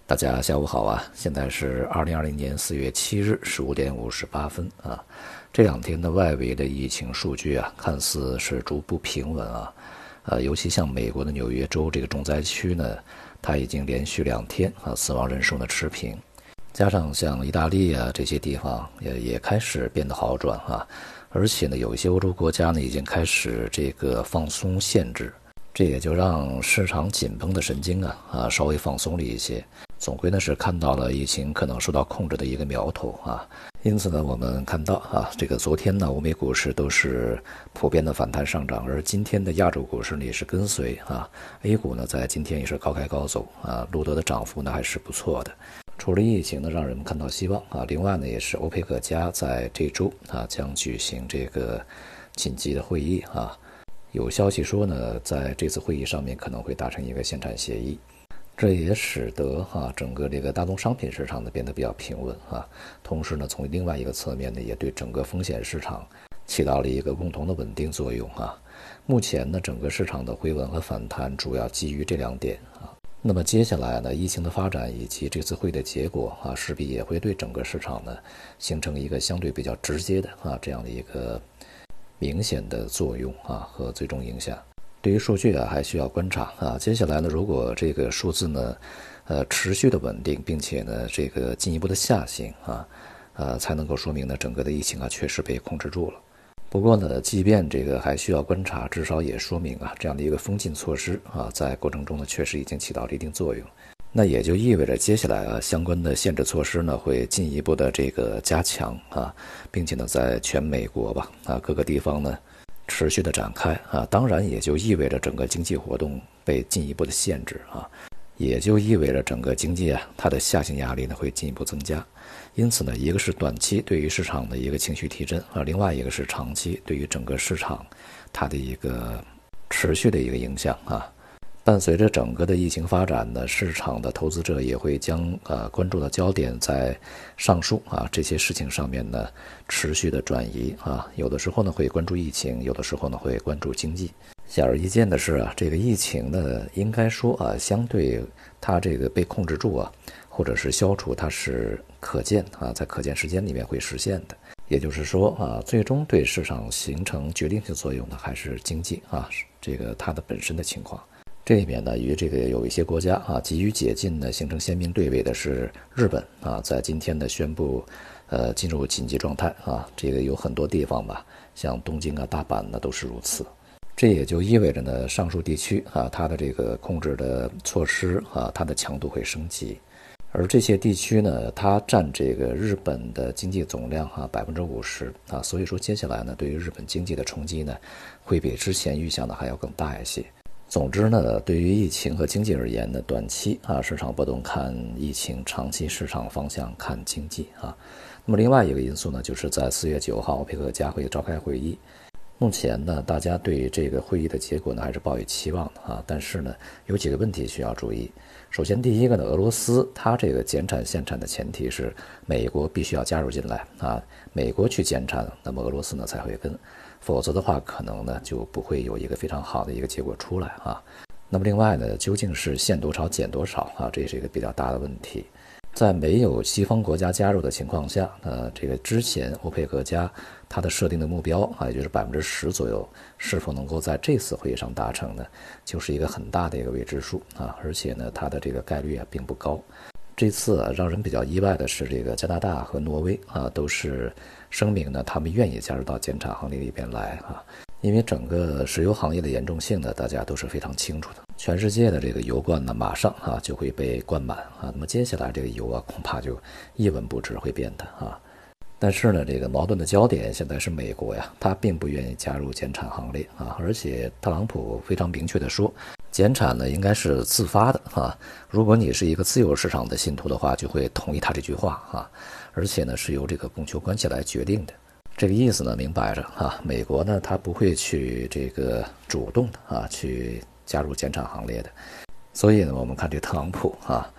大家下午好啊！现在是2020年4月7日15点58分啊。这两天的外围的疫情数据啊，看似是逐步平稳啊。尤其像美国的纽约州这个重灾区呢，它已经连续2天死亡人数呢持平。加上像意大利啊这些地方也开始变得好转啊，而且呢，有一些欧洲国家呢已经开始这个放松限制。这也就让市场紧绷的神经稍微放松了一些，总归呢是看到了疫情可能受到控制的一个苗头啊。因此呢，我们看到这个昨天呢，欧美股市都是普遍的反弹上涨，而今天的亚洲股市呢也是跟随A 股呢在今天也是高开高走录得的涨幅呢还是不错的。除了疫情呢让人们看到希望另外呢也是欧佩克加在这周将举行这个紧急的会议有消息说呢，在这次会议上面可能会达成一个限产协议，这也使得整个这个大宗商品市场呢变得比较平稳同时呢，从另外一个侧面呢，也对整个风险市场起到了一个共同的稳定作用目前呢，整个市场的回稳和反弹主要基于这2点那么接下来呢，疫情的发展以及这次会的结果势必也会对整个市场呢形成一个相对比较直接的这样的一个明显的作用和最终影响。对于数据还需要观察接下来呢，如果这个数字呢持续的稳定，并且呢这个进一步的下行才能够说明呢整个的疫情确实被控制住了。不过呢，即便这个还需要观察，至少也说明这样的一个封禁措施在过程中呢确实已经起到了一定作用。那也就意味着接下来相关的限制措施呢会进一步的这个加强并且呢在全美国各个地方呢持续的展开当然也就意味着整个经济活动被进一步的限制也就意味着整个经济它的下行压力呢会进一步增加。因此呢，一个是短期对于市场的一个情绪提振另外一个是长期对于整个市场它的一个持续的一个影响伴随着整个的疫情发展呢，市场的投资者也会将关注的焦点在上述这些事情上面呢持续的转移有的时候呢会关注疫情，有的时候呢会关注经济。显而易见的是这个疫情呢应该说相对它这个被控制住或者是消除，它是可见在可见时间里面会实现的。也就是说最终对市场形成决定性作用的还是经济这个它的本身的情况。这里面呢，与这个有一些国家急于解禁呢形成鲜明对比的是日本在今天呢宣布进入紧急状态这个有很多地方像东京大阪呢都是如此。这也就意味着呢，上述地区它的这个控制的措施它的强度会升级。而这些地区呢，它占这个日本的经济总量50%所以说接下来呢，对于日本经济的冲击呢，会比之前预想的还要更大一些。总之呢，对于疫情和经济而言呢，短期市场波动看疫情，长期市场方向看经济那么另外一个因素呢，就是在4月9号欧佩克加会召开会议。目前呢，大家对这个会议的结果呢还是抱有期望的但是呢，有几个问题需要注意。首先，第一个呢，俄罗斯它这个减产限产的前提是美国必须要加入进来美国去减产，那么俄罗斯呢才会跟，否则的话可能呢就不会有一个非常好的一个结果出来那么另外呢，究竟是限多少减多少这是一个比较大的问题。在没有西方国家加入的情况下这个之前欧佩克加它的设定的目标也就是10%左右，是否能够在这次会议上达成呢，就是一个很大的一个未知数而且呢它的这个概率并不高。这次让人比较意外的是，这个加拿大和挪威都是声明呢他们愿意加入到减产行列里边来因为整个石油行业的严重性呢大家都是非常清楚的。全世界的这个油罐呢马上就会被灌满那么接下来这个油恐怕就一文不值会变的但是呢，这个矛盾的焦点现在是美国他并不愿意加入减产行列而且特朗普非常明确的说，减产呢应该是自发的如果你是一个自由市场的信徒的话，就会同意他这句话而且呢是由这个供求关系来决定的。这个意思呢明摆着美国呢他不会去这个主动的去加入减产行列的。所以呢，我们看这特朗普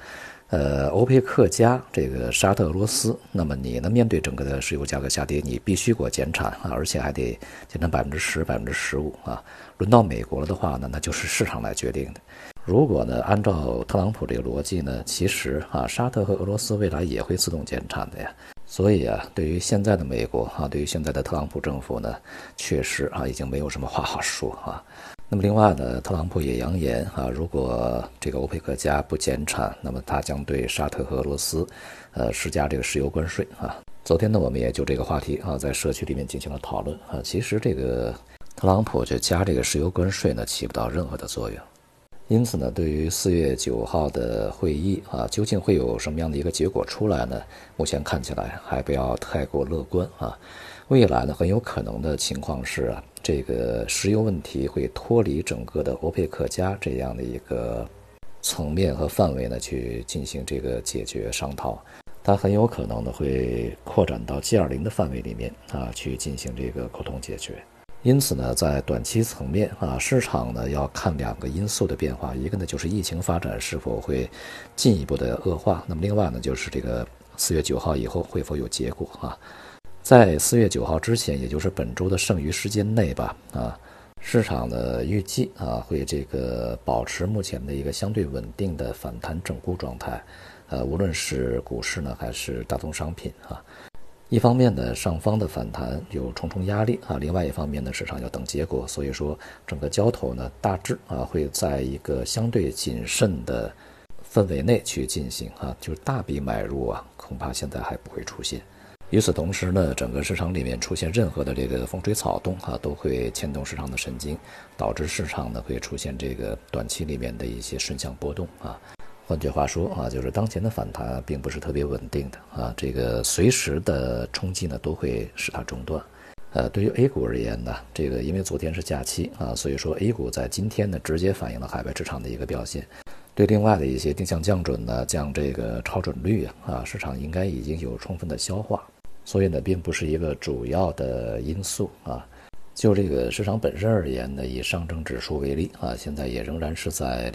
欧佩克加这个沙特俄罗斯，那么你呢面对整个的石油价格下跌，你必须给我减产啊，而且还得减产10%、15%啊。轮到美国了的话呢，那就是市场来决定的。如果呢按照特朗普这个逻辑呢，其实沙特和俄罗斯未来也会自动减产的呀。所以对于现在的美国对于现在的特朗普政府呢，确实已经没有什么话好说啊。那么另外呢，特朗普也扬言如果这个欧佩克加不减产，那么他将对沙特和俄罗斯施加这个石油关税啊。昨天呢，我们也就这个话题在社区里面进行了讨论其实这个特朗普就加这个石油关税呢，起不到任何的作用。因此呢，对于4月9号的会议究竟会有什么样的一个结果出来呢？目前看起来还不要太过乐观未来呢，很有可能的情况是这个石油问题会脱离整个的欧佩克加这样的一个层面和范围呢，去进行这个解决商讨。它很有可能呢会扩展到 G20 的范围里面去进行这个沟通解决。因此呢，在短期层面市场呢要看2个因素的变化，一个呢就是疫情发展是否会进一步的恶化，那么另外呢就是这个4月9号以后会否有结果在4月9号之前，也就是本周的剩余时间内吧市场的预计会这个保持目前的一个相对稳定的反弹整固状态无论是股市呢还是大宗商品一方面呢，上方的反弹有重重压力另外一方面呢，市场要等结果，所以说整个交投呢大致会在一个相对谨慎的氛围内去进行就是大笔买入恐怕现在还不会出现。与此同时呢，整个市场里面出现任何的这个风吹草动都会牵动市场的神经，导致市场呢会出现这个短期里面的一些顺向波动换句话说就是当前的反弹并不是特别稳定的这个随时的冲击呢都会使它中断。对于 A 股而言呢，这个因为昨天是假期所以说 A 股在今天呢直接反映了海外市场的一个表现。对另外的一些定向降准呢，降这个超准率市场应该已经有充分的消化，所以呢并不是一个主要的因素就这个市场本身而言呢，以上证指数为例现在也仍然是在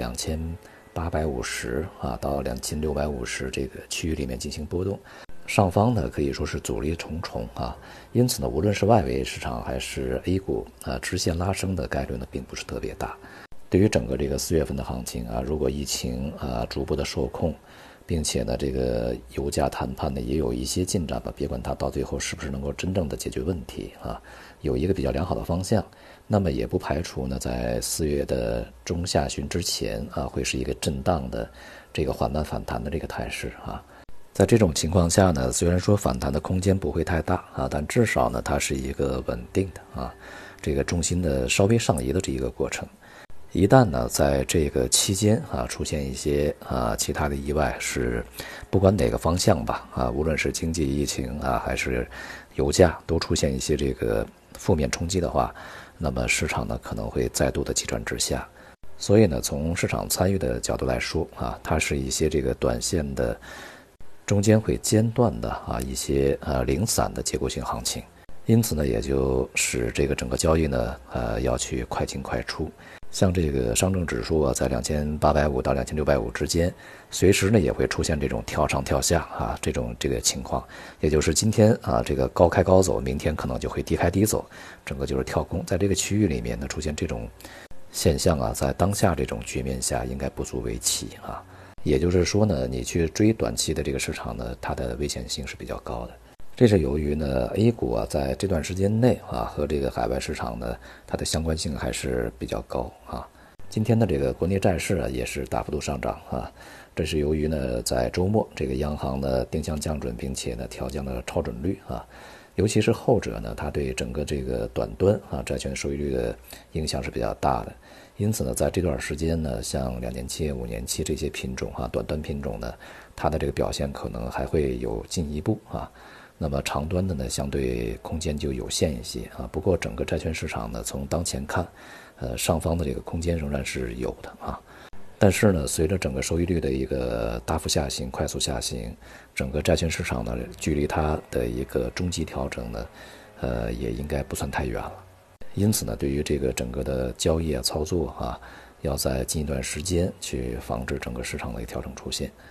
2850到2650这个区域里面进行波动，上方呢可以说是阻力重重因此呢，无论是外围市场还是 A 股直线拉升的概率呢并不是特别大。对于整个这个4月份的行情如果疫情逐步的受控，并且呢这个油价谈判呢也有一些进展吧，别管它到最后是不是能够真正的解决问题有一个比较良好的方向，那么也不排除呢在4月的中下旬之前会是一个震荡的这个缓慢反弹的这个态势在这种情况下呢，虽然说反弹的空间不会太大但至少呢它是一个稳定的这个重心的稍微上移的这一个过程。一旦呢在这个期间出现一些其他的意外，是不管哪个方向吧无论是经济疫情还是油价都出现一些这个负面冲击的话，那么市场呢可能会再度的急转直下。所以呢从市场参与的角度来说它是一些这个短线的中间会间断的一些零散的结构性行情，因此呢也就使这个整个交易呢要去快进快出。像这个上证指数在2850到2650之间，随时呢也会出现这种跳上跳下这个情况，也就是今天这个高开高走，明天可能就会低开低走，整个就是跳空。在这个区域里面呢出现这种现象在当下这种局面下应该不足为奇也就是说呢，你去追短期的这个市场呢，它的危险性是比较高的。这是由于呢 A 股在这段时间内和这个海外市场呢它的相关性还是比较高今天的这个国内债市也是大幅度上涨这是由于呢在周末这个央行呢定向降准，并且呢调降了超准率尤其是后者呢它对整个这个短端债券收益率的影响是比较大的。因此呢在这段时间呢，像2年期、5年期这些品种短端品种呢，它的这个表现可能还会有进一步那么长端的呢相对空间就有限一些不过整个债券市场呢从当前看上方的这个空间仍然是有的但是呢随着整个收益率的一个大幅下行、快速下行，整个债券市场呢距离它的一个中级调整呢也应该不算太远了。因此呢对于这个整个的交易操作要在近一段时间去防止整个市场的一个调整出现。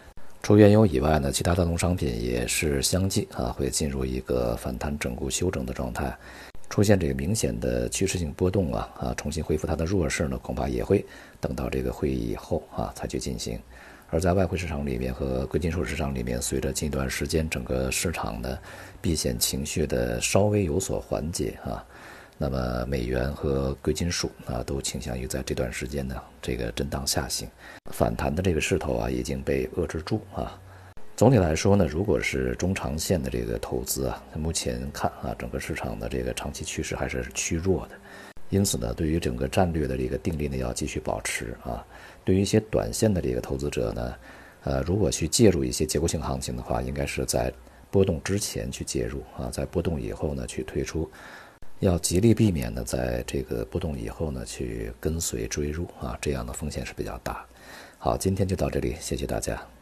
除原油以外呢，其他大宗商品也是相继会进入一个反弹整固修正的状态，出现这个明显的趋势性波动重新恢复它的弱势呢，恐怕也会等到这个会议以后才去进行。而在外汇市场里面和贵金属市场里面，随着近一段时间整个市场的避险情绪的稍微有所缓解那么美元和贵金属都倾向于在这段时间呢这个震荡下行，反弹的这个势头已经被遏制住总体来说呢，如果是中长线的这个投资目前看整个市场的这个长期趋势还是趋弱的，因此呢，对于整个战略的这个定力呢要继续保持对于一些短线的这个投资者呢，如果去介入一些结构性行情的话，应该是在波动之前去介入在波动以后呢去退出，要极力避免呢在这个波动以后呢去跟随追入这样的风险是比较大。好，今天就到这里，谢谢大家。